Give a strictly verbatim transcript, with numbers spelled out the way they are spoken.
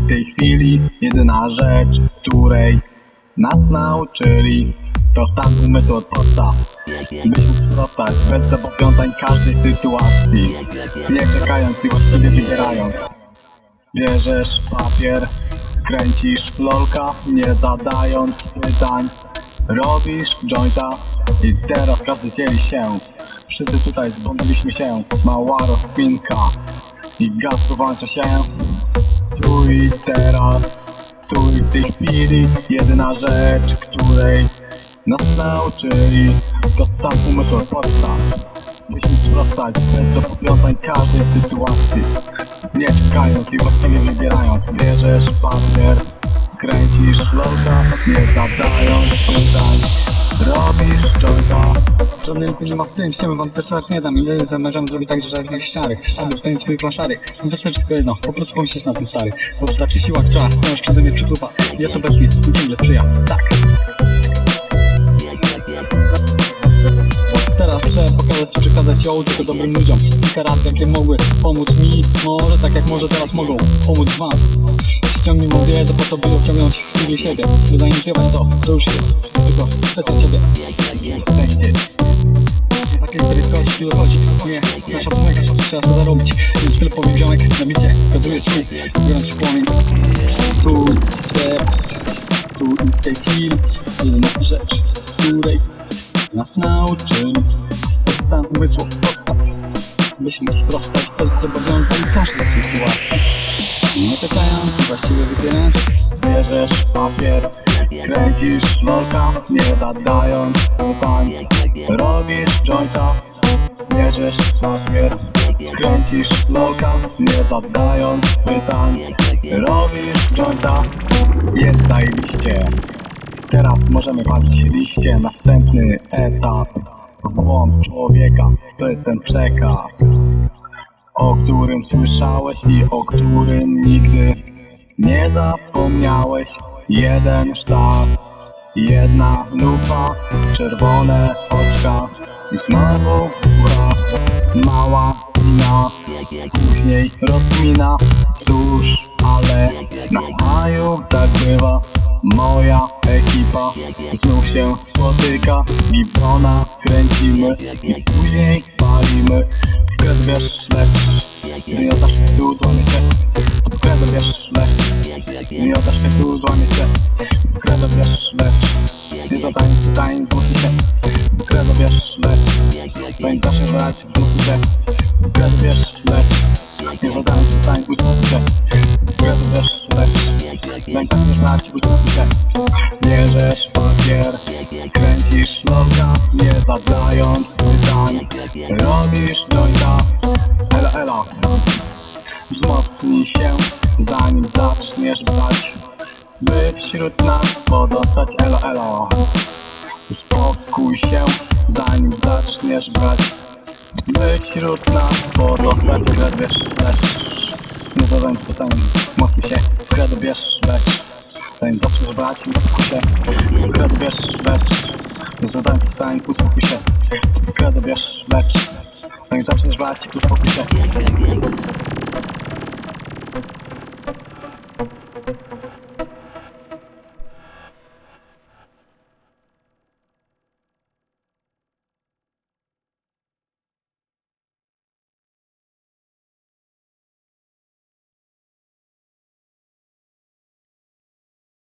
w tej chwili jedyna rzecz, której nas nauczyli, to stan umysłu od podstaw, byśmy sprostać bez zobowiązań każdej sytuacji, nie czekając i właściwie wybierając. Bierzesz papier, kręcisz lolka, nie zadając pytań, robisz jointa i teraz każdy dzieli się. Wszyscy tutaj zbądiliśmy się, mała rozpinka i gaz włącza się. Tu i teraz, tu i w tej chwili jedyna rzecz, której nas nauczyli, to stan umysłu od podstaw, musimy sprostać bez zobowiązań każdej sytuacji, nie czekając i właściwie wybierając. Bierzesz papier, kręcisz lolka, nie zadając pytań, robisz jointa. Żadnej lipy nie ma w tym, ściemy wam też czas nie dam. Ile zamierzam zrobić tak, że żadnych ściary, aby spełnić swój flaszary. Wystarczy tylko jedno, po prostu pomyśleć na tym, stary. Bo wystarczy siła, która wciąż przeze mnie przyklupa. Jest obecnie i ciągle sprzyja, tak. Teraz chcę pokazać i przekazać ją tylko dobrym ludziom. Kilka rad, jakie mogły pomóc mi, może tak jak może teraz mogą pomóc wam. Ściągnij mu wiedzę po to, by osiągnąć w sobie siebie. By zainicjować to, to już jest tylko kwestia ciebie. Jesteście Takie, które chodzi, które chodzi. Nie, nasza pomyka, trzeba to zarobić. Więc tyle powiem ziomek, na bicie, gazuję swój gorący płomień. Tu, teraz, tu i w tej chwili jedyna rzecz, której nas nauczyli, to stan umysłu podstaw, byśmy sprostać bez zobowiązań każdej sytuacji, nie czekając, właściwie wybierając. Bierzesz papier, kręcisz lolka, nie zadając pytań, robisz jointa. Bierzesz papier, kręcisz lolka, nie zadając pytań, robisz jointa. Jest zajebiście. Teraz możemy palić liście. Następny etap w głąb człowieka to jest ten przekaz, o którym słyszałeś i o którym nigdy nie zapomniałeś. Jeden sztab, jedna lufa, czerwone oczka i znowu góra, mała spina, później rozmina. Cóż, ale na maju tak bywa. Moja ekipa znów się spotyka, Gibona kręcimy i później palimy. W grę wiesz szlek, wymiotasz kiesu, złamie się. W grę wiesz szlek, wymiotasz kiesu, złamie się. W grę wiesz szlek, nie zadań pytań, zmusi się. W grę wiesz szlek, zanim zaczniesz brać, wzmusi się. W grę wiesz szlek, nie zadań pytań, usmusi się. W grę wiesz szlek, zanim zaczniesz brać, usmusi się. Bierzesz papier, kręcisz lolka, nie zadając pytań, robisz jointa. Elo, elo, wzmocnij się, zanim zaczniesz brać, by wśród nas pozostać. Elo, elo, uspokój się, zanim zaczniesz brać, by wśród nas pozostać. Wiesz, lecz, nie zadając pytań, wzmocnij się, wkredo bierz, lecz, zanim zaczniesz brać, uspokój się. Wkredo bierz, lecz, nie zadając pytań, uspokój się. Wkredo bierz, lecz, zanim zaczniesz brać, uspokój się.